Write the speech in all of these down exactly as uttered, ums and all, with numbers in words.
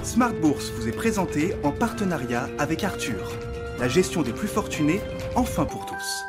Smart Bourse vous est présenté en partenariat avec Arthur. La gestion des plus fortunés, enfin pour tous.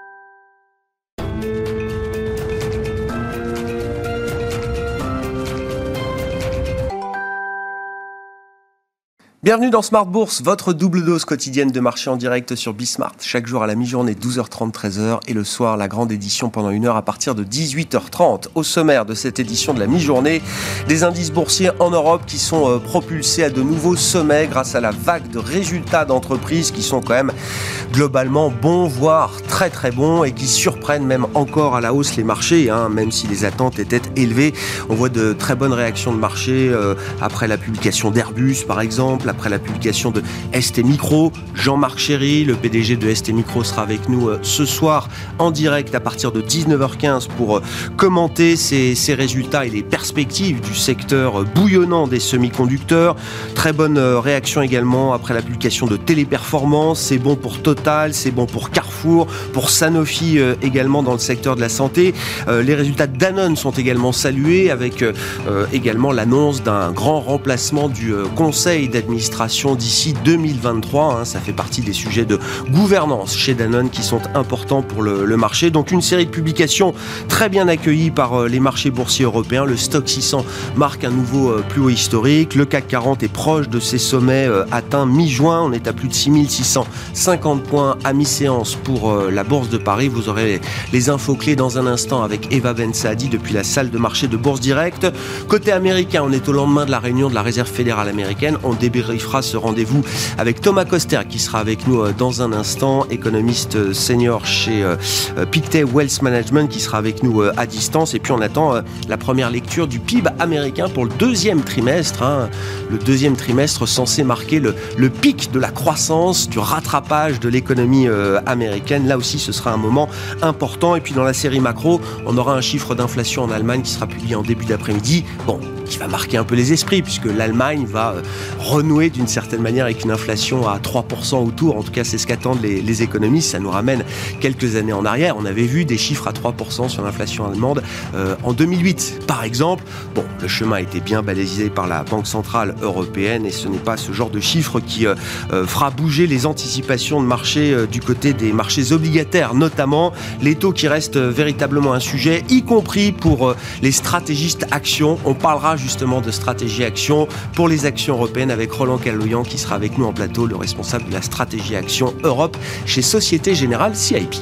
Bienvenue dans Smart Bourse, votre double dose quotidienne de marché en direct sur Bismart. Chaque jour à la mi-journée, douze heures trente, treize heures. Et le soir, la grande édition pendant une heure à partir de dix-huit heures trente. Au sommaire de cette édition de la mi-journée, des indices boursiers en Europe qui sont euh, propulsés à de nouveaux sommets grâce à la vague de résultats d'entreprises qui sont quand même globalement bons, voire très très bons et qui surprennent même encore à la hausse les marchés, hein, même si les attentes étaient élevées. On voit de très bonnes réactions de marché euh, après la publication d'Airbus par exemple, après la publication de STMicro. Jean-Marc Chéry, le P D G de STMicro, sera avec nous euh, ce soir en direct à partir de dix-neuf heures quinze pour euh, commenter ces, ces résultats et les perspectives du secteur euh, bouillonnant des semi-conducteurs. Très bonne euh, réaction également après la publication de Téléperformance. C'est bon pour Total, c'est bon pour Carrefour, pour Sanofi euh, également dans le secteur de la santé. Euh, les résultats de Danone sont également salués avec euh, également l'annonce d'un grand remplacement du euh, conseil d'administration d'ici deux mille vingt-trois. Hein, ça fait partie des sujets de gouvernance chez Danone qui sont importants pour le, le marché. Donc une série de publications très bien accueillies par euh, les marchés boursiers européens. Le stock six cents marque un nouveau euh, plus haut historique. Le C A C quarante est proche de ses sommets euh, atteints mi-juin. On est à plus de six mille six cent cinquante points à mi-séance pour euh, la Bourse de Paris. Vous aurez les, les infos clés dans un instant avec Eva Ben Saadi depuis la salle de marché de Bourse Direct. Côté américain, on est au lendemain de la réunion de la Réserve fédérale américaine. On débriefera ce rendez-vous avec Thomas Koster qui sera avec nous dans un instant, économiste senior chez Pictet Wealth Management qui sera avec nous à distance. Et puis on attend la première lecture du P I B américain pour le deuxième trimestre. Hein. Le deuxième trimestre censé marquer le, le pic de la croissance, du rattrapage de l'économie américaine. Là aussi, ce sera un moment important. Et puis dans la série macro, on aura un chiffre d'inflation en Allemagne qui sera publié en début d'après-midi. Bon, qui va marquer un peu les esprits puisque l'Allemagne va renouer d'une certaine manière avec une inflation à trois pour cent autour. En tout cas, c'est ce qu'attendent les, les économistes. Ça nous ramène quelques années en arrière. On avait vu des chiffres à trois pour cent sur l'inflation allemande euh, en deux mille huit, par exemple. Bon, le chemin a été bien balisé par la Banque Centrale Européenne et ce n'est pas ce genre de chiffre qui euh, euh, fera bouger les anticipations de marché euh, du côté des marchés obligataires, notamment les taux qui restent euh, véritablement un sujet, y compris pour euh, les stratégistes actions. On parlera justement de stratégie action pour les actions européennes avec Roland Caloyan qui sera avec nous en plateau, le responsable de la stratégie action Europe chez Société Générale C I P.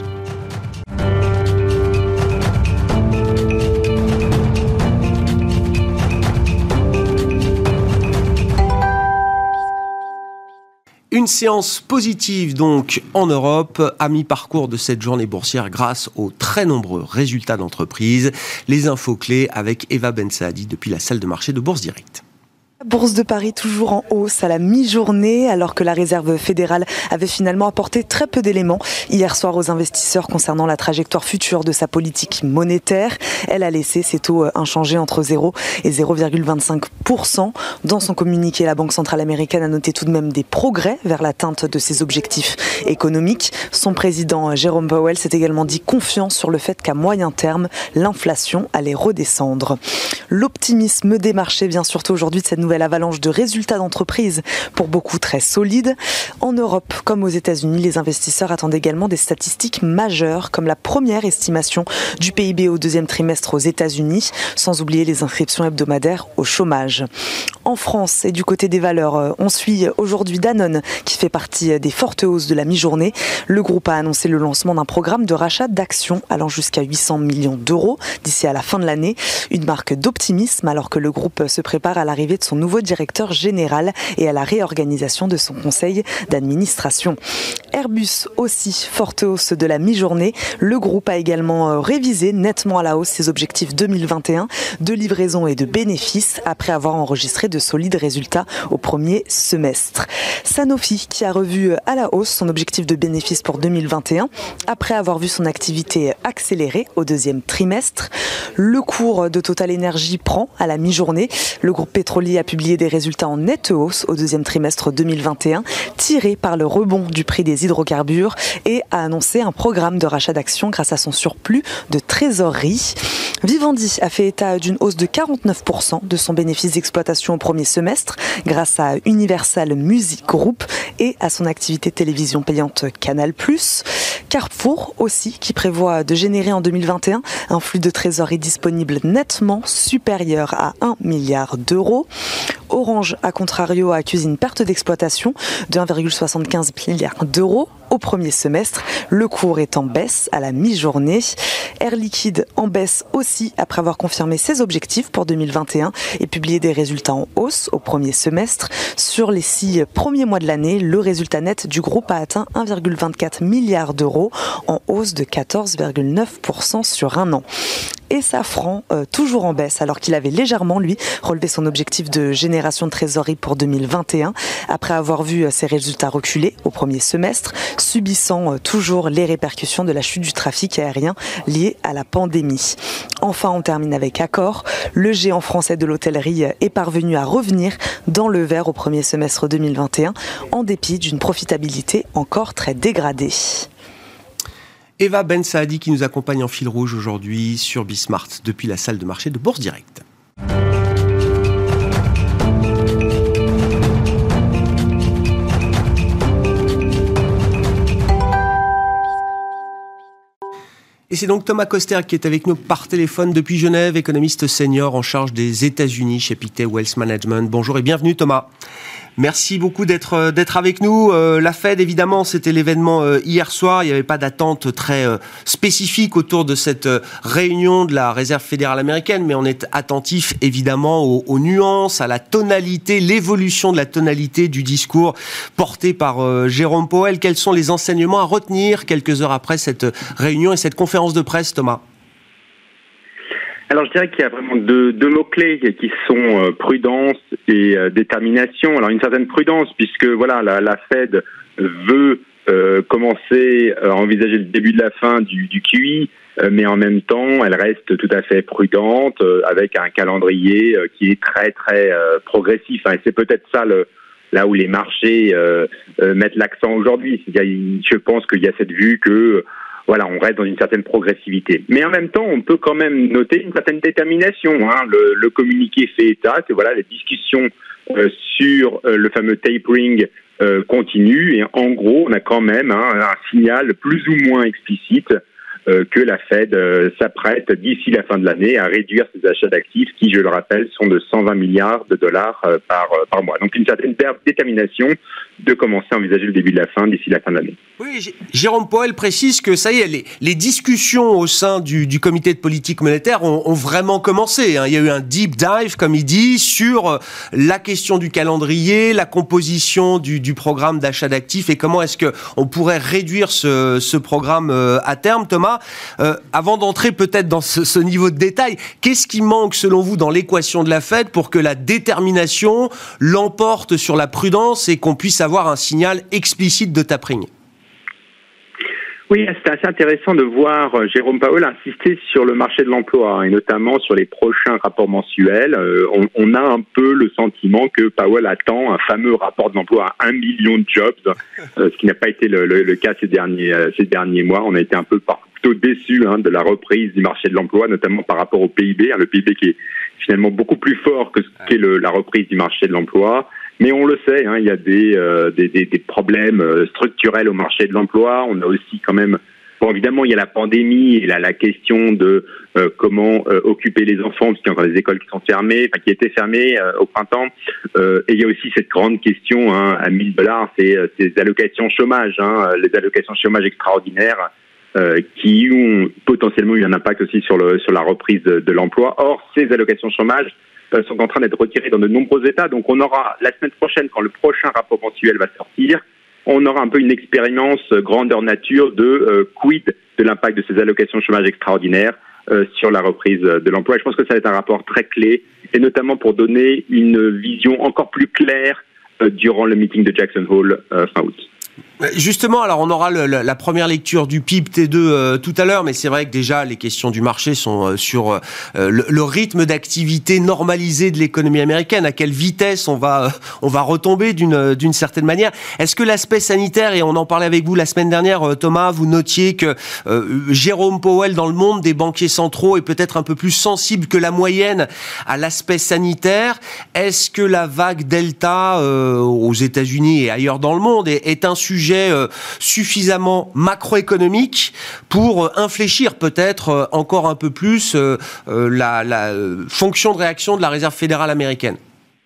Une séance positive donc en Europe à mi-parcours de cette journée boursière grâce aux très nombreux résultats d'entreprise. Les infos clés avec Eva Ben Saadi depuis la salle de marché de Bourse Direct. Bourse de Paris toujours en hausse à la mi-journée alors que la Réserve fédérale avait finalement apporté très peu d'éléments hier soir aux investisseurs concernant la trajectoire future de sa politique monétaire. Elle a laissé ses taux inchangés entre zéro et zéro virgule vingt-cinq pour cent. Dans son communiqué, la Banque centrale américaine a noté tout de même des progrès vers l'atteinte de ses objectifs économiques. Son président Jérôme Powell s'est également dit confiant sur le fait qu'à moyen terme, l'inflation allait redescendre. L'optimisme des marchés vient surtout aujourd'hui de cette nouvelle avalanche de résultats d'entreprise, pour beaucoup très solides. En Europe, comme aux États-Unis, les investisseurs attendent également des statistiques majeures, comme la première estimation du P I B au deuxième trimestre aux États-Unis, sans oublier les inscriptions hebdomadaires au chômage. En France et du côté des valeurs, on suit aujourd'hui Danone, qui fait partie des fortes hausses de la mi-journée. Le groupe a annoncé le lancement d'un programme de rachat d'actions allant jusqu'à huit cents millions d'euros d'ici à la fin de l'année. Une marque d'optimisme alors que le groupe se prépare à l'arrivée de son nouveau directeur général et à la réorganisation de son conseil d'administration. Airbus aussi, forte hausse de la mi-journée. Le groupe a également révisé nettement à la hausse ses objectifs deux mille vingt et un de livraison et de bénéfices après avoir enregistré de solides résultats au premier semestre. Sanofi qui a revu à la hausse son objectif de bénéfices pour deux mille vingt et un après avoir vu son activité accélérer au deuxième trimestre. Le cours de Total Energy prend à la mi-journée. Le groupe pétrolier a publié des résultats en nette hausse au deuxième trimestre deux mille vingt et un, tiré par le rebond du prix des hydrocarbures et a annoncé un programme de rachat d'actions grâce à son surplus de trésorerie. Vivendi a fait état d'une hausse de quarante-neuf pour cent de son bénéfice d'exploitation au premier semestre grâce à Universal Music Group et à son activité télévision payante Canal plus. Carrefour aussi, qui prévoit de générer en deux mille vingt et un un flux de trésorerie disponible nettement supérieur à un milliard d'euros. Orange, à contrario, accuse une perte d'exploitation de un virgule soixante-quinze milliard d'euros au premier semestre. Le cours est en baisse à la mi-journée. Air Liquide en baisse aussi après avoir confirmé ses objectifs pour deux mille vingt et un et publié des résultats en hausse au premier semestre. Sur les six premiers mois de l'année, le résultat net du groupe a atteint un virgule vingt-quatre milliard d'euros en hausse de quatorze virgule neuf pour cent sur un an. Et Safran, euh, toujours en baisse, alors qu'il avait légèrement, lui, relevé son objectif de génération de trésorerie pour deux mille vingt et un, après avoir vu euh, ses résultats reculer au premier semestre, subissant euh, toujours les répercussions de la chute du trafic aérien liée à la pandémie. Enfin, on termine avec Accor. Le géant français de l'hôtellerie est parvenu à revenir dans le vert au premier semestre deux mille vingt et un, en dépit d'une profitabilité encore très dégradée. Eva Ben Saadi qui nous accompagne en fil rouge aujourd'hui sur Bismart depuis la salle de marché de Bourse Direct. Et c'est donc Thomas Koster qui est avec nous par téléphone depuis Genève, économiste senior en charge des États-Unis chez Pictet Wealth Management. Bonjour et bienvenue Thomas. Merci beaucoup d'être d'être avec nous. Euh, la Fed, évidemment, c'était l'événement euh, hier soir. Il n'y avait pas d'attente très euh, spécifique autour de cette euh, réunion de la Réserve fédérale américaine, mais on est attentif, évidemment, aux, aux nuances, à la tonalité, l'évolution de la tonalité du discours porté par euh, Jérôme Powell. Quels sont les enseignements à retenir quelques heures après cette réunion et cette conférence de presse, Thomas ? Alors je dirais qu'il y a vraiment deux, deux mots-clés qui sont euh, prudence et euh, détermination. Alors une certaine prudence puisque voilà la, la Fed veut euh, commencer à envisager le début de la fin du, du Q I, euh, mais en même temps elle reste tout à fait prudente euh, avec un calendrier euh, qui est très très euh, progressif. Hein, et c'est peut-être ça le là où les marchés euh, euh, mettent l'accent aujourd'hui. C'est-à-dire, je pense qu'il y a cette vue que voilà, on reste dans une certaine progressivité. Mais en même temps, on peut quand même noter une certaine détermination. Hein. Le, le communiqué fait état que voilà, les discussions euh, sur euh, le fameux tapering euh, continuent. Et en gros, on a quand même hein, un signal plus ou moins explicite euh, que la Fed euh, s'apprête d'ici la fin de l'année à réduire ses achats d'actifs qui, je le rappelle, sont de cent vingt milliards de dollars euh, par, euh, par mois. Donc une certaine détermination de commencer à envisager le début de la fin d'ici la fin de l'année. Oui, Jérôme Powell précise que ça y est, les, les discussions au sein du, du comité de politique monétaire ont, ont vraiment commencé. Hein. Il y a eu un deep dive, comme il dit, sur la question du calendrier, la composition du, du programme d'achat d'actifs et comment est-ce qu'on pourrait réduire ce, ce programme euh, à terme. Thomas, euh, avant d'entrer peut-être dans ce, ce niveau de détail, qu'est-ce qui manque selon vous dans l'équation de la Fed pour que la détermination l'emporte sur la prudence et qu'on puisse avoir un signal explicite de tapering? Oui, c'est assez intéressant de voir Jérôme Powell insister sur le marché de l'emploi et notamment sur les prochains rapports mensuels. Euh, on, on a un peu le sentiment que Powell attend un fameux rapport de l'emploi à un million de jobs, euh, ce qui n'a pas été le, le, le cas ces derniers, euh, ces derniers mois. On a été un peu plutôt déçus hein, de la reprise du marché de l'emploi, notamment par rapport au P I B, hein, le P I B qui est finalement beaucoup plus fort que ce qu'est le, la reprise du marché de l'emploi. Mais on le sait, hein, il y a des, euh, des, des, des problèmes structurels au marché de l'emploi. On a aussi quand même, bon évidemment il y a la pandémie et la, la question de euh, comment euh, occuper les enfants, parce qu'il y a encore des écoles qui sont fermées, enfin qui étaient fermées euh, au printemps. Euh, et il y a aussi cette grande question hein, à mille dollars, c'est euh, ces allocations chômage, hein, les allocations chômage extraordinaires euh, qui ont potentiellement eu un impact aussi sur, le, sur la reprise de, de l'emploi. Or, ces allocations chômage sont en train d'être retirés dans de nombreux États. Donc on aura, la semaine prochaine, quand le prochain rapport mensuel va sortir, on aura un peu une expérience grandeur nature de euh, quid de l'impact de ces allocations chômage extraordinaires euh, sur la reprise de l'emploi. Et je pense que ça va être un rapport très clé, et notamment pour donner une vision encore plus claire euh, durant le meeting de Jackson Hole euh, fin août. Justement, alors on aura le, la, la première lecture du P I B T deux euh, tout à l'heure, mais c'est vrai que déjà les questions du marché sont euh, sur euh, le, le rythme d'activité normalisé de l'économie américaine, à quelle vitesse on va, euh, on va retomber d'une, d'une certaine manière. Est-ce que l'aspect sanitaire, et on en parlait avec vous la semaine dernière, euh, Thomas, vous notiez que euh, Jérôme Powell dans le monde des banquiers centraux est peut-être un peu plus sensible que la moyenne à l'aspect sanitaire. Est-ce que la vague Delta euh, aux États-Unis et ailleurs dans le monde est, est un sujet Euh, suffisamment macroéconomique pour euh, infléchir peut-être euh, encore un peu plus euh, euh, la, la euh, fonction de réaction de la Réserve fédérale américaine?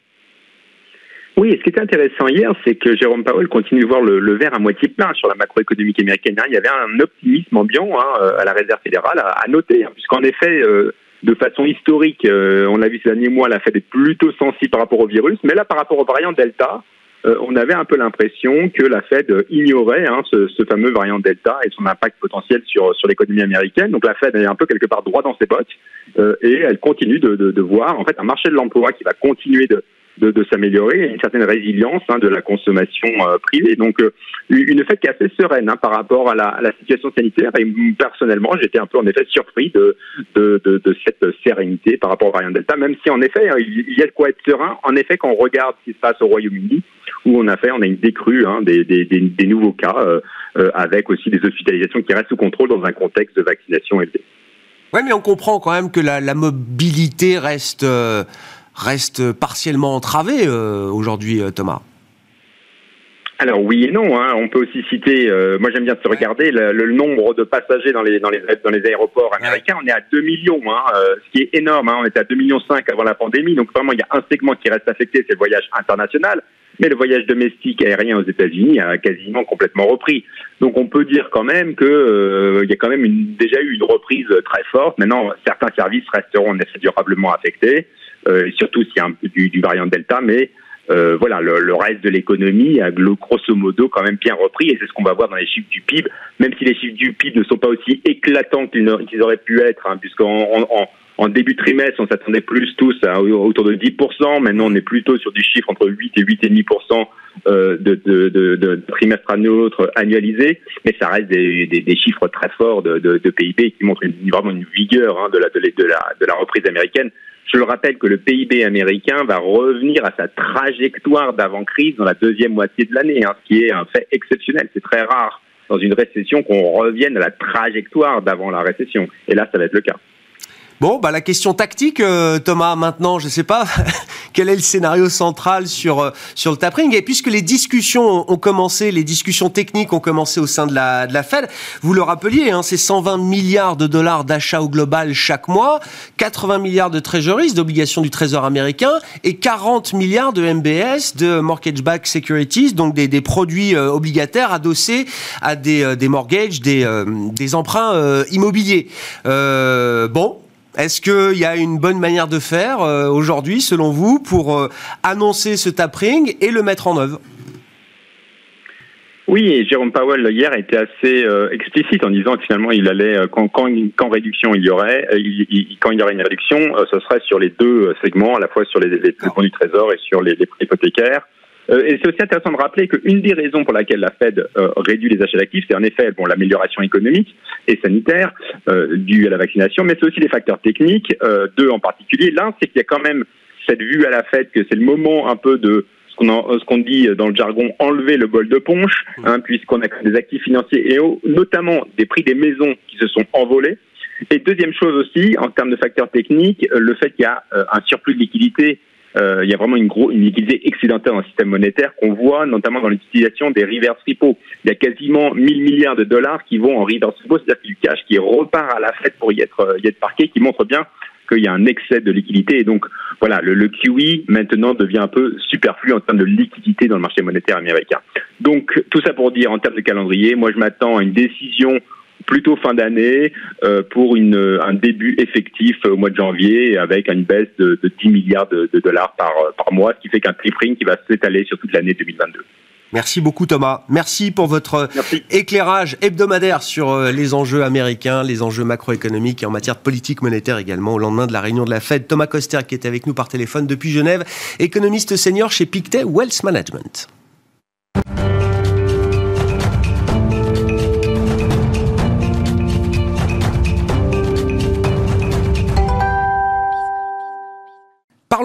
Oui, et ce qui était intéressant hier, c'est que Jérôme Powell continue de voir le, le verre à moitié plein sur la macroéconomique américaine. Il y avait un optimisme ambiant hein, à la Réserve fédérale à, à noter, hein, puisqu'en effet, euh, de façon historique, euh, on l'a vu ces derniers mois, la Fed est plutôt sensible par rapport au virus, mais là, par rapport au variant Delta, Euh, on avait un peu l'impression que la Fed ignorait hein, ce, ce fameux variant Delta et son impact potentiel sur, sur l'économie américaine. Donc la Fed est un peu quelque part droit dans ses bottes euh, et elle continue de, de, de voir en fait un marché de l'emploi qui va continuer de, de, de s'améliorer et une certaine résilience hein, de la consommation euh, privée. Donc euh, une Fed qui est assez sereine hein, par rapport à la, à la situation sanitaire. Et personnellement, j'étais un peu en effet surpris de, de, de, de cette sérénité par rapport au variant Delta, même si en effet il y a de quoi être serein. En effet, quand on regarde ce qui se passe au Royaume-Uni, où on a fait, on a une décrue hein, des, des, des, des nouveaux cas, euh, euh, avec aussi des hospitalisations qui restent sous contrôle dans un contexte de vaccination élevé. Oui, mais on comprend quand même que la, la mobilité reste, euh, reste partiellement entravée euh, aujourd'hui, euh, Thomas. Alors oui et non, hein. On peut aussi citer, euh, moi j'aime bien se regarder le, le nombre de passagers dans les dans les dans les aéroports américains. On est à deux millions, hein, euh, ce qui est énorme. Hein. On était à deux virgule cinq millions avant la pandémie, donc vraiment il y a un segment qui reste affecté, c'est le voyage international. Mais le voyage domestique aérien aux États-Unis a quasiment complètement repris. Donc on peut dire quand même que euh, il y a quand même une, déjà eu une reprise très forte. Maintenant, certains services resteront en effet durablement affectés, euh, surtout s'il y a un peu du, du variant Delta, mais Euh, voilà, le, le reste de l'économie a grosso modo quand même bien repris et c'est ce qu'on va voir dans les chiffres du P I B, même si les chiffres du P I B ne sont pas aussi éclatants qu'ils, ne, qu'ils auraient pu être, hein, puisqu'en en, en début de trimestre, on s'attendait plus tous à autour de dix pour cent. Maintenant, on est plutôt sur du chiffre entre huit et huit virgule cinq pour cent euh, de, de, de, de trimestre à l'autre annualisé, mais ça reste des, des, des chiffres très forts de, de, de P I B qui montrent une, vraiment une vigueur hein, de, la, de, la, de, la, de la reprise américaine. Je le rappelle que le P I B américain va revenir à sa trajectoire d'avant-crise dans la deuxième moitié de l'année, hein, ce qui est un fait exceptionnel. C'est très rare dans une récession qu'on revienne à la trajectoire d'avant la récession. Et là, ça va être le cas. Bon, bah la question tactique, euh, Thomas, maintenant, je ne sais pas, quel est le scénario central sur, euh, sur le tapering? Et puisque les discussions ont commencé, les discussions techniques ont commencé au sein de la, de la Fed, vous le rappeliez, hein, c'est cent vingt milliards de dollars d'achats au global chaque mois, quatre-vingts milliards de treasuries, d'obligations du Trésor américain, et quarante milliards de M B S, de mortgage-backed securities, donc des, des produits euh, obligataires adossés à des, euh, des mortgages, des, euh, des emprunts euh, immobiliers. Euh, bon. Est-ce qu'il y a une bonne manière de faire euh, aujourd'hui, selon vous, pour euh, annoncer ce tapering et le mettre en œuvre? Oui, et Jérôme Powell hier était assez euh, explicite en disant que finalement il allait quand quand, quand réduction il y aurait, il, il, quand il y aurait une réduction, euh, ce serait sur les deux segments, à la fois sur les, les fonds du Trésor et sur les, les prêts hypothécaires. Euh, et c'est aussi intéressant de rappeler qu'une des raisons pour laquelle la Fed euh, réduit les achats d'actifs, c'est en effet bon, l'amélioration économique et sanitaire euh, due à la vaccination, mais c'est aussi des facteurs techniques, euh, deux en particulier. L'un, c'est qu'il y a quand même cette vue à la Fed que c'est le moment un peu de ce qu'on, en, ce qu'on dit dans le jargon enlever le bol de punch, hein, puisqu'on a des actifs financiers et notamment des prix des maisons qui se sont envolés. Et deuxième chose aussi, en termes de facteurs techniques, euh, le fait qu'il y a euh, un surplus de liquidité. Euh, il y a vraiment une, gros, une liquidité excédentaire dans le système monétaire qu'on voit notamment dans l'utilisation des reverse repo. Il y a quasiment mille milliards de dollars qui vont en reverse repo, c'est-à-dire qu'il y a du cash qui repart à la Fed pour y être, y être parqué, qui montre bien qu'il y a un excès de liquidité. Et donc, voilà, le, le Q E maintenant devient un peu superflu en termes de liquidité dans le marché monétaire américain. Donc, tout ça pour dire, en termes de calendrier, moi je m'attends à une décision plutôt fin d'année euh, pour une, un début effectif au mois de janvier avec une baisse de, de dix milliards de, de dollars par, par mois, ce qui fait qu'un tapering qui va s'étaler sur toute l'année deux mille vingt-deux. Merci beaucoup Thomas. Merci pour votre Merci. éclairage hebdomadaire sur les enjeux américains, les enjeux macroéconomiques et en matière de politique monétaire également au lendemain de la réunion de la Fed. Thomas Koster qui était avec nous par téléphone depuis Genève, économiste senior chez Pictet Wealth Management.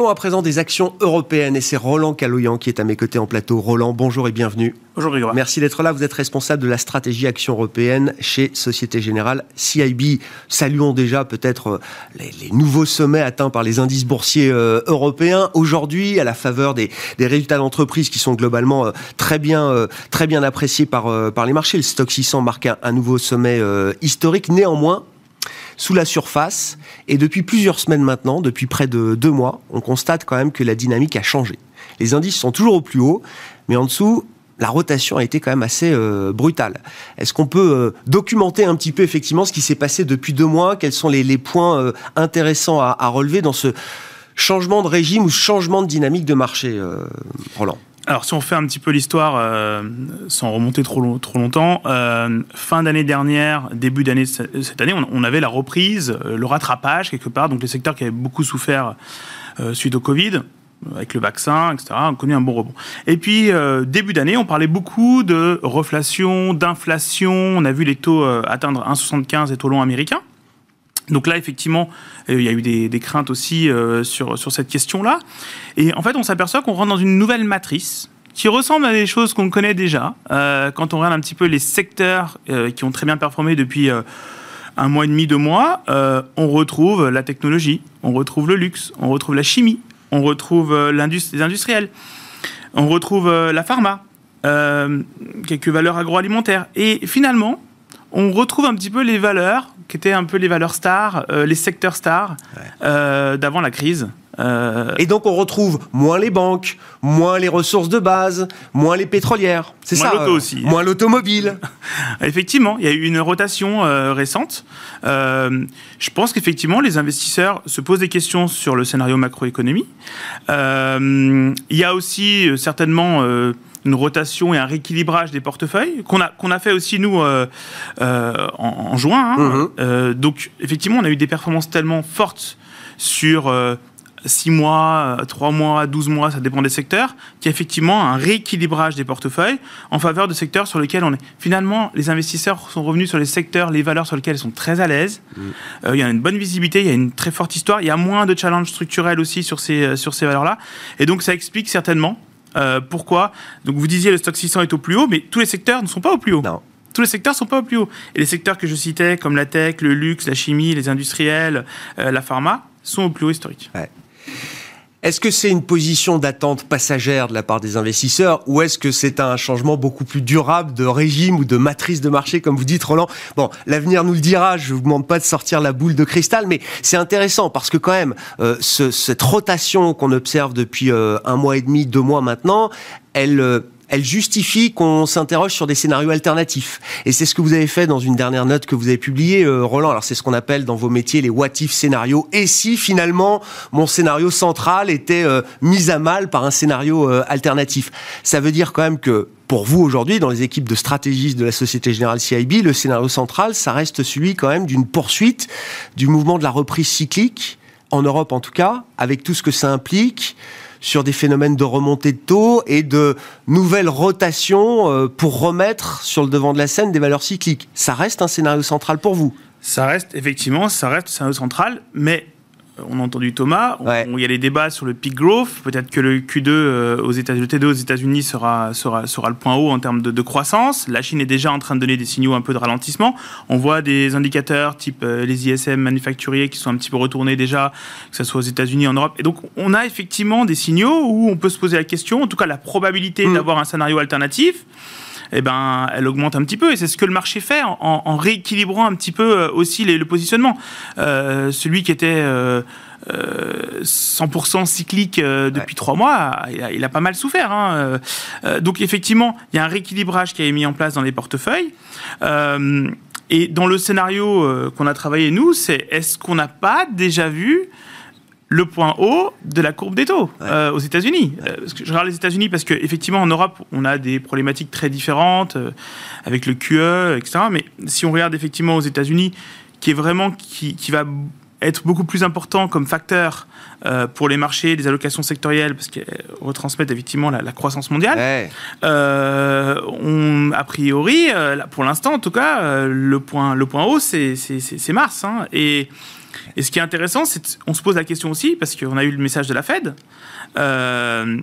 Parlons à présent des actions européennes et c'est Roland Caloyan qui est à mes côtés en plateau. Roland, bonjour et bienvenue. Bonjour Grégoire. Merci d'être là. Vous êtes responsable de la stratégie action européenne chez Société Générale C I B. Saluons déjà peut-être les, les nouveaux sommets atteints par les indices boursiers euh, européens. Aujourd'hui, à la faveur des, des résultats d'entreprise qui sont globalement euh, très bien, euh, très bien appréciés par, euh, par les marchés, le Stoxx six cents marque un, un nouveau sommet euh, historique. Néanmoins, sous la surface, et depuis plusieurs semaines maintenant, depuis près de deux mois, on constate quand même que la dynamique a changé. Les indices sont toujours au plus haut, mais en dessous, la rotation a été quand même assez euh, brutale. Est-ce qu'on peut euh, documenter un petit peu effectivement ce qui s'est passé depuis deux mois? Quels sont les, les points euh, intéressants à, à relever dans ce changement de régime ou changement de dynamique de marché, euh, Roland? Alors, si on fait un petit peu l'histoire, euh, sans remonter trop, long, trop longtemps, euh, fin d'année dernière, début d'année cette année, on, on avait la reprise, euh, le rattrapage quelque part, donc les secteurs qui avaient beaucoup souffert euh, suite au Covid, avec le vaccin, et cetera, ont connu un bon rebond. Et puis, euh, début d'année, on parlait beaucoup de reflation, d'inflation, on a vu les taux euh, atteindre un virgule soixante-quinze les taux longs américains. Donc là, effectivement, il y a eu des, des craintes aussi euh, sur, sur cette question-là. Et en fait, on s'aperçoit qu'on rentre dans une nouvelle matrice qui ressemble à des choses qu'on connaît déjà. Euh, quand on regarde un petit peu les secteurs euh, qui ont très bien performé depuis euh, un mois et demi, deux mois, euh, on retrouve la technologie, on retrouve le luxe, on retrouve la chimie, on retrouve euh, l'industrie, les industriels, on retrouve euh, la pharma, euh, quelques valeurs agroalimentaires. Et finalement, on retrouve un petit peu les valeurs qui étaient un peu les valeurs stars, euh, les secteurs stars ouais. euh, d'avant la crise. Euh... Et donc on retrouve moins les banques, moins les ressources de base, moins les pétrolières. C'est moins ça. L'auto aussi. Moins l'automobile. Effectivement, il y a eu une rotation euh, récente. Euh, je pense qu'effectivement, les investisseurs se posent des questions sur le scénario macroéconomie. Euh, il y a aussi euh, certainement euh, une rotation et un rééquilibrage des portefeuilles qu'on a, qu'on a fait aussi, nous, euh, euh, en, en juin. Hein. Mmh. Euh, donc, effectivement, on a eu des performances tellement fortes sur euh, six mois, trois mois, douze mois, ça dépend des secteurs, qu'il y a effectivement un rééquilibrage des portefeuilles en faveur de secteurs sur lesquels on est. Finalement, les investisseurs sont revenus sur les secteurs, les valeurs sur lesquelles ils sont très à l'aise. Mmh. Euh, il y a une bonne visibilité, il y a une très forte histoire, il y a moins de challenges structurels aussi sur ces, sur ces valeurs-là. Et donc, ça explique certainement Euh, pourquoi? Donc vous disiez le Stoxx six cents est au plus haut, mais tous les secteurs ne sont pas au plus haut. Non. Tous les secteurs ne sont pas au plus haut. Et les secteurs que je citais, comme la tech, le luxe, la chimie, les industriels, euh, la pharma, sont au plus haut historique. Ouais. Est-ce que c'est une position d'attente passagère de la part des investisseurs ou est-ce que c'est un changement beaucoup plus durable de régime ou de matrice de marché, comme vous dites, Roland? Bon, l'avenir nous le dira, je ne vous demande pas de sortir la boule de cristal, mais c'est intéressant parce que quand même, euh, ce, cette rotation qu'on observe depuis euh, un mois et demi, deux mois maintenant, elle... Euh, elle justifie qu'on s'interroge sur des scénarios alternatifs. Et c'est ce que vous avez fait dans une dernière note que vous avez publiée, euh, Roland. Alors, c'est ce qu'on appelle dans vos métiers les what-if scénarios. Et si, finalement, mon scénario central était euh, mis à mal par un scénario euh, alternatif? Ça veut dire quand même que, pour vous, aujourd'hui, dans les équipes de stratégistes de la Société Générale C I B, le scénario central, ça reste celui quand même d'une poursuite du mouvement de la reprise cyclique, en Europe en tout cas, avec tout ce que ça implique, sur des phénomènes de remontée de taux et de nouvelles rotations euh, pour remettre sur le devant de la scène des valeurs cycliques. Ça reste un scénario central pour vous? Ça reste, effectivement, ça reste un scénario central, mais on a entendu Thomas, ouais. il y a les débats sur le peak growth, peut-être que le Q deux euh, aux États, le T deux aux États-Unis sera, sera, sera le point haut en termes de, de croissance. La Chine est déjà en train de donner des signaux un peu de ralentissement. On voit des indicateurs type euh, les I S M manufacturiers qui sont un petit peu retournés déjà, que ce soit aux États-Unis, en Europe. Et donc, on a effectivement des signaux où on peut se poser la question, en tout cas la probabilité mmh. d'avoir un scénario alternatif, eh ben, elle augmente un petit peu. Et c'est ce que le marché fait en, en rééquilibrant un petit peu aussi les, le positionnement. Euh, celui qui était euh, euh, cent pour cent cyclique euh, depuis trois ouais. mois, il a, il a pas mal souffert. Hein. Euh, donc effectivement, il y a un rééquilibrage qui est mis en place dans les portefeuilles. Euh, et dans le scénario euh, qu'on a travaillé, nous, c'est est-ce qu'on n'a pas déjà vu le point haut de la courbe des taux ouais. euh, aux États-Unis. Ouais. Euh, parce que je regarde les États-Unis parce qu'effectivement, en Europe, on a des problématiques très différentes euh, avec le Q E, et cetera. Mais si on regarde effectivement aux États-Unis, qui est vraiment qui, qui va être beaucoup plus important comme facteur euh, pour les marchés, les allocations sectorielles, parce qu'elles retransmettent effectivement la, la croissance mondiale. Ouais. Euh, on, a priori, euh, pour l'instant en tout cas, euh, le point, le point haut, c'est, c'est, c'est, c'est Mars. Hein, et Et ce qui est intéressant, c'est qu'on se pose la question aussi, parce qu'on a eu le message de la Fed, euh,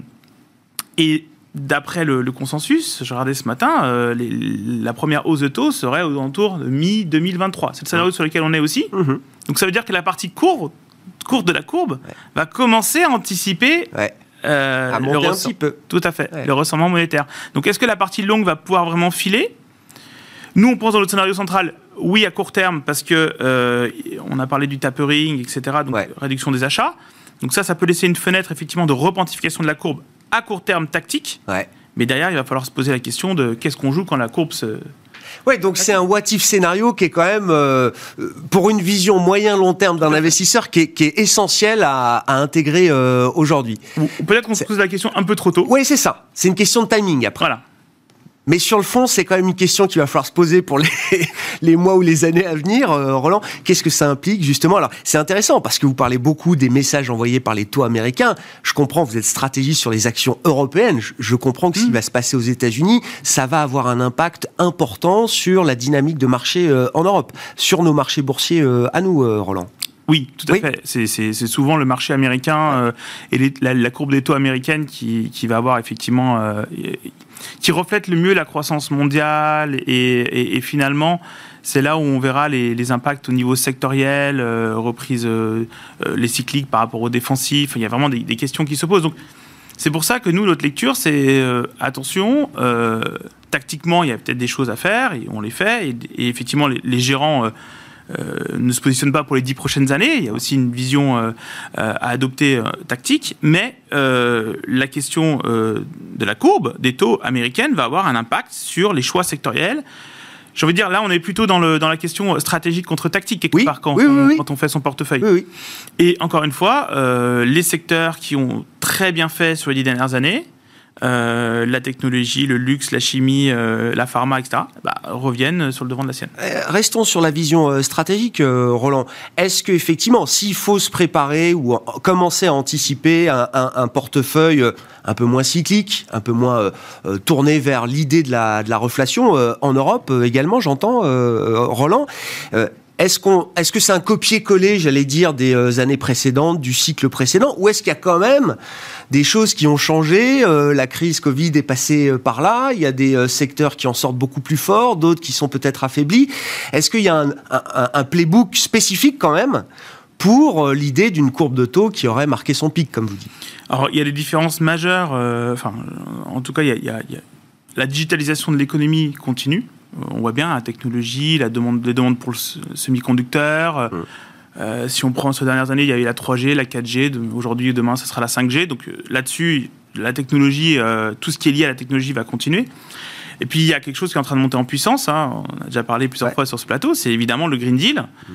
et d'après le, le consensus, je regardais ce matin, euh, les, la première hausse de taux serait aux alentours de mi deux mille vingt-trois. C'est le scénario sur lequel on est aussi. Mmh. Donc ça veut dire que la partie courbe, courte de la courbe ouais. va commencer à anticiper ouais. euh, à monter le un ressent- petit peu. Tout à fait, ouais. le ressentement monétaire. Donc est-ce que la partie longue va pouvoir vraiment filer ? Nous, on pense dans notre scénario central, oui, à court terme, parce que euh, on a parlé du tapering, et cetera, donc ouais. réduction des achats. Donc ça, ça peut laisser une fenêtre, effectivement, de repentification de la courbe à court terme tactique. Ouais. Mais derrière, il va falloir se poser la question de qu'est-ce qu'on joue quand la courbe se... Ouais, donc c'est un what if scénario qui est quand même, euh, pour une vision moyen-long terme d'un investisseur, qui est, qui est essentiel à, à intégrer euh, aujourd'hui. Ou, peut-être qu'on se pose la question un peu trop tôt. Oui, c'est ça. C'est une question de timing après. Voilà. Mais sur le fond, c'est quand même une question qu'il va falloir se poser pour les, les mois ou les années à venir. Euh, Roland, qu'est-ce que ça implique justement ? Alors, c'est intéressant parce que vous parlez beaucoup des messages envoyés par les taux américains. Je comprends, vous êtes stratégiste sur les actions européennes. Je, je comprends que ce qui va se passer aux États-Unis, ça va avoir un impact important sur la dynamique de marché euh, en Europe, sur nos marchés boursiers euh, à nous, euh, Roland. Oui, tout à oui. fait. C'est, c'est, c'est souvent le marché américain euh, et les, la, la courbe des taux américaine qui, qui va avoir effectivement... Euh, qui reflète le mieux la croissance mondiale et, et, et finalement, c'est là où on verra les, les impacts au niveau sectoriel, euh, reprise, euh, les cycliques par rapport aux défensifs. Il y a vraiment des, des questions qui se posent. Donc, c'est pour ça que nous, notre lecture, c'est euh, attention, euh, tactiquement, il y a peut-être des choses à faire et on les fait. Et, et effectivement, les, les gérants... Euh, Euh, ne se positionne pas pour les dix prochaines années. Il y a aussi une vision euh, euh, à adopter euh, tactique. Mais euh, la question euh, de la courbe des taux américaines va avoir un impact sur les choix sectoriels. J'ai envie de dire, là, on est plutôt dans, le, dans la question stratégique contre tactique, quelque oui, part, quand, oui, on, oui, oui. quand on fait son portefeuille. Oui, oui. Et encore une fois, euh, les secteurs qui ont très bien fait sur les dix dernières années, Euh, la technologie, le luxe, la chimie, euh, la pharma, et cetera, bah, reviennent sur le devant de la scène. Euh, restons sur la vision euh, stratégique, euh, Roland. Est-ce qu'effectivement, s'il faut se préparer ou en, commencer à anticiper un, un, un portefeuille euh, un peu moins cyclique, un peu moins euh, euh, tourné vers l'idée de la, de la reflation euh, en Europe euh, également, j'entends, euh, Roland, euh, Est-ce, qu'on, est-ce que c'est un copier-coller, j'allais dire, des euh, années précédentes, du cycle précédent, ou est-ce qu'il y a quand même des choses qui ont changé ? euh, La crise Covid est passée euh, par là, il y a des euh, secteurs qui en sortent beaucoup plus forts, d'autres qui sont peut-être affaiblis. Est-ce qu'il y a un, un, un playbook spécifique quand même pour euh, l'idée d'une courbe de taux qui aurait marqué son pic, comme vous dites ? Alors, il y a des différences majeures. Euh, enfin, en tout cas, il y a, il y a, il y a la digitalisation de l'économie continue. On voit bien la technologie, la demande, les demandes pour le semi-conducteur. Mmh. Euh, si on prend ces dernières années, il y a eu la trois G, la quatre G. Aujourd'hui, demain, ça sera la cinq G. Donc là-dessus, la technologie, euh, tout ce qui est lié à la technologie va continuer. Et puis, il y a quelque chose qui est en train de monter en puissance. Hein. On a déjà parlé plusieurs ouais. fois sur ce plateau. C'est évidemment le Green Deal. Mmh.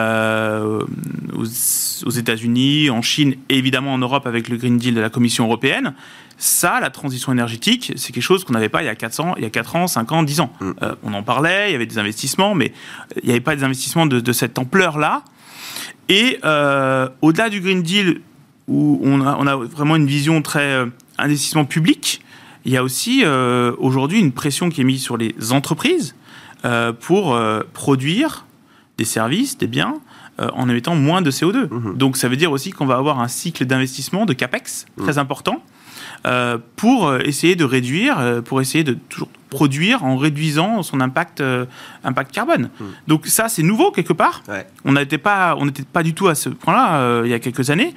Euh, aux, aux États-Unis, en Chine et évidemment en Europe avec le Green Deal de la Commission européenne. Ça, la transition énergétique, c'est quelque chose qu'on n'avait pas il y a quatre ans, il y a quatre ans, cinq ans, dix ans. Mmh. Euh, on en parlait, il y avait des investissements, mais il n'y avait pas des investissements de, de cette ampleur-là. Et euh, au-delà du Green Deal, où on a, on a vraiment une vision très euh, investissement public, il y a aussi euh, aujourd'hui une pression qui est mise sur les entreprises euh, pour euh, produire des services, des biens, euh, en émettant moins de C O deux. Mmh. Donc ça veut dire aussi qu'on va avoir un cycle d'investissement, de CAPEX, mmh. très important, euh, pour essayer de réduire, euh, pour essayer de toujours produire en réduisant son impact, euh, impact carbone. Mmh. Donc ça, c'est nouveau quelque part. Ouais. On n'était pas, on n'était pas du tout à ce point-là euh, il y a quelques années.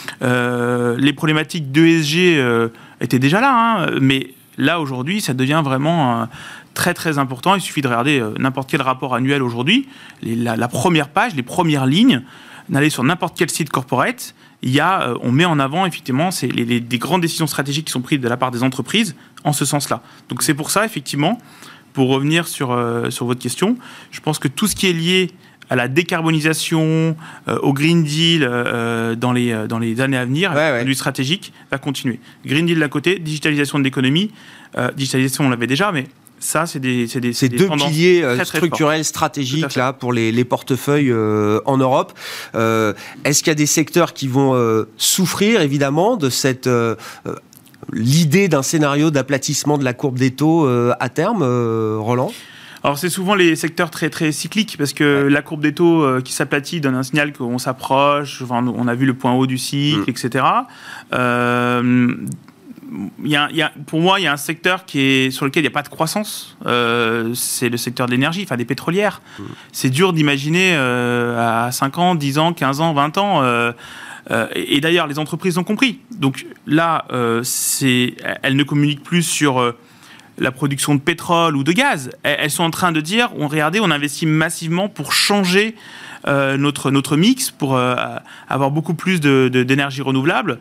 Euh, les problématiques d'E S G euh, étaient déjà là, hein, mais là, aujourd'hui, ça devient vraiment euh, très, très important. Il suffit de regarder euh, n'importe quel rapport annuel aujourd'hui. Les, la, la première page, les premières lignes, d'aller sur n'importe quel site corporate, il y a, euh, on met en avant, effectivement, c'est les, les, des grandes décisions stratégiques qui sont prises de la part des entreprises en ce sens-là. Donc, c'est pour ça, effectivement, pour revenir sur, euh, sur votre question, je pense que tout ce qui est lié à la décarbonisation, euh, au Green Deal euh, dans, les, euh, dans les années à venir, ouais, ouais. du stratégique, va continuer. Green Deal d'un côté, digitalisation de l'économie. Euh, digitalisation, on l'avait déjà, mais ça, c'est des c'est des c'est des deux piliers euh, très, très structurels forts. stratégiques là pour les, les portefeuilles euh, en Europe. Euh, est-ce qu'il y a des secteurs qui vont euh, souffrir évidemment de cette euh, euh, l'idée d'un scénario d'aplatissement de la courbe des taux euh, à terme, euh, Roland ? Alors c'est souvent les secteurs très très cycliques parce que ouais. la courbe des taux euh, qui s'aplatit donne un signal qu'on s'approche. Enfin, on a vu le point haut du cycle, mmh. et cetera. Euh, y a, y a, pour moi, il y a un secteur qui est, sur lequel il n'y a pas de croissance. Euh, c'est le secteur de l'énergie, enfin des pétrolières. Mmh. C'est dur d'imaginer euh, à cinq ans, dix ans, quinze ans, vingt ans. Euh, euh, et, et d'ailleurs, les entreprises ont compris. Donc là, euh, c'est, elles ne communiquent plus sur euh, la production de pétrole ou de gaz. Elles, elles sont en train de dire, on, regardez, on investit massivement pour changer Euh, notre, notre mix pour euh, avoir beaucoup plus de, de, d'énergie renouvelable.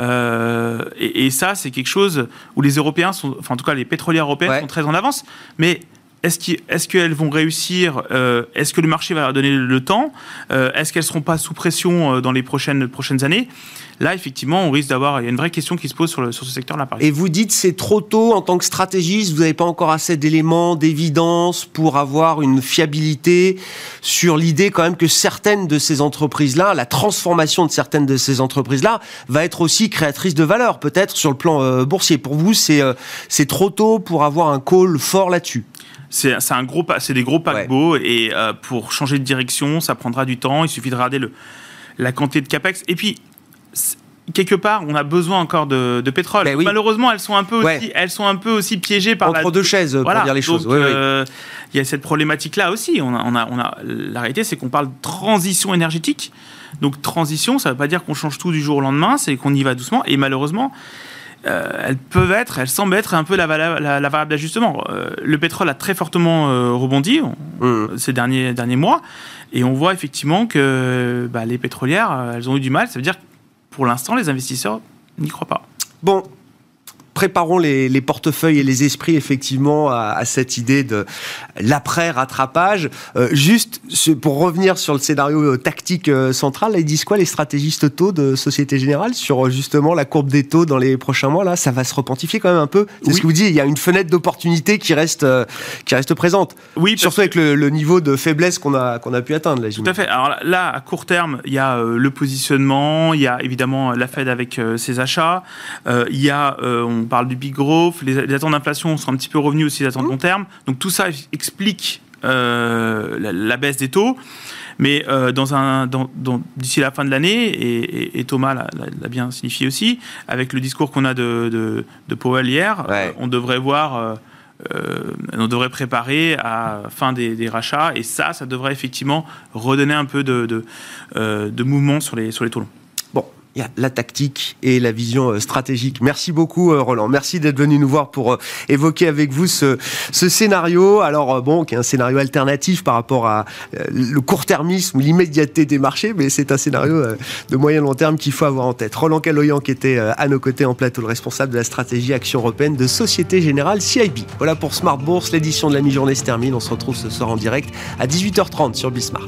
Euh, et, et ça, c'est quelque chose où les Européens, sont, enfin en tout cas les pétrolières européennes ouais. sont très en avance. Mais est-ce, qu'ils, est-ce qu'elles vont réussir euh, Est-ce que le marché va leur donner le temps euh, Est-ce qu'elles ne seront pas sous pression dans les prochaines, prochaines années ? Là, effectivement, on risque d'avoir... Il y a une vraie question qui se pose sur, le, sur ce secteur-là. Par exemple. Et vous dites c'est trop tôt en tant que stratégiste, vous n'avez pas encore assez d'éléments, d'évidence pour avoir une fiabilité sur l'idée quand même que certaines de ces entreprises-là, la transformation de certaines de ces entreprises-là va être aussi créatrice de valeur, peut-être sur le plan euh, boursier. Pour vous, c'est, euh, c'est trop tôt pour avoir un call fort là-dessus. C'est, c'est, un gros, c'est des gros paquebots ouais. et euh, pour changer de direction, ça prendra du temps. Il suffit de regarder le, la quantité de capex. Et puis, quelque part, on a besoin encore de, de pétrole. Ben oui. Malheureusement, elles sont un peu aussi, ouais. elles sont un peu aussi piégées par entre la... deux chaises, pour voilà. dire les choses. Donc, oui, euh, oui. Il y a cette problématique-là aussi. On a, on a, on a... La réalité, c'est qu'on parle de transition énergétique. Donc, transition, ça ne veut pas dire qu'on change tout du jour au lendemain, c'est qu'on y va doucement. Et malheureusement, euh, elles peuvent être, elles semblent être un peu la, la, la, la variable d'ajustement. Euh, le pétrole a très fortement euh, rebondi mmh. ces derniers, derniers mois. Et on voit effectivement que bah, les pétrolières, elles ont eu du mal. Ça veut dire que pour l'instant, les investisseurs n'y croient pas. Bon, préparons les, les portefeuilles et les esprits effectivement à, à cette idée de l'après-rattrapage. Euh, juste pour revenir sur le scénario tactique euh, central, là, ils disent quoi les stratégistes taux de Société Générale sur justement la courbe des taux dans les prochains mois? Là, ça va se repentifier quand même un peu. C'est oui. ce que vous dites, il y a une fenêtre d'opportunité qui reste, euh, qui reste présente. Oui, surtout avec le, le niveau de faiblesse qu'on a, qu'on a pu atteindre. Là, Tout à fait. Alors là, à court terme, il y a euh, le positionnement, il y a évidemment la Fed avec euh, ses achats, euh, il y a, euh, on parle du big growth, les, les attentes d'inflation sont un petit peu revenues aussi des attentes mmh. long terme. Donc tout ça explique euh, la, la baisse des taux. Mais euh, dans un, dans, dans, d'ici la fin de l'année, et, et, et Thomas l'a, l'a bien signifié aussi, avec le discours qu'on a de, de, de Powell hier, ouais. euh, on devrait voir, euh, euh, on devrait préparer à fin des, des rachats, et ça, ça devrait effectivement redonner un peu de, de, euh, de mouvement sur les, sur les taux longs. Bon. Il y a la tactique et la vision stratégique. Merci beaucoup, Roland. Merci d'être venu nous voir pour évoquer avec vous ce, ce scénario. Alors, bon, qui est un scénario alternatif par rapport à le court-termisme, l'immédiateté des marchés, mais c'est un scénario de moyen-long terme qu'il faut avoir en tête. Roland Caloyan, qui était à nos côtés en plateau, le responsable de la stratégie Action Européenne de Société Générale C I B. Voilà pour Smart Bourse. L'édition de la mi-journée se termine. On se retrouve ce soir en direct à dix-huit heures trente sur Bismart.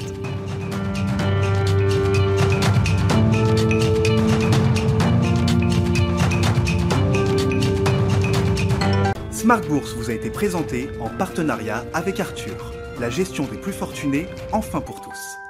Smart Bourse vous a été présenté en partenariat avec Arthur, la gestion des plus fortunés, enfin pour tous.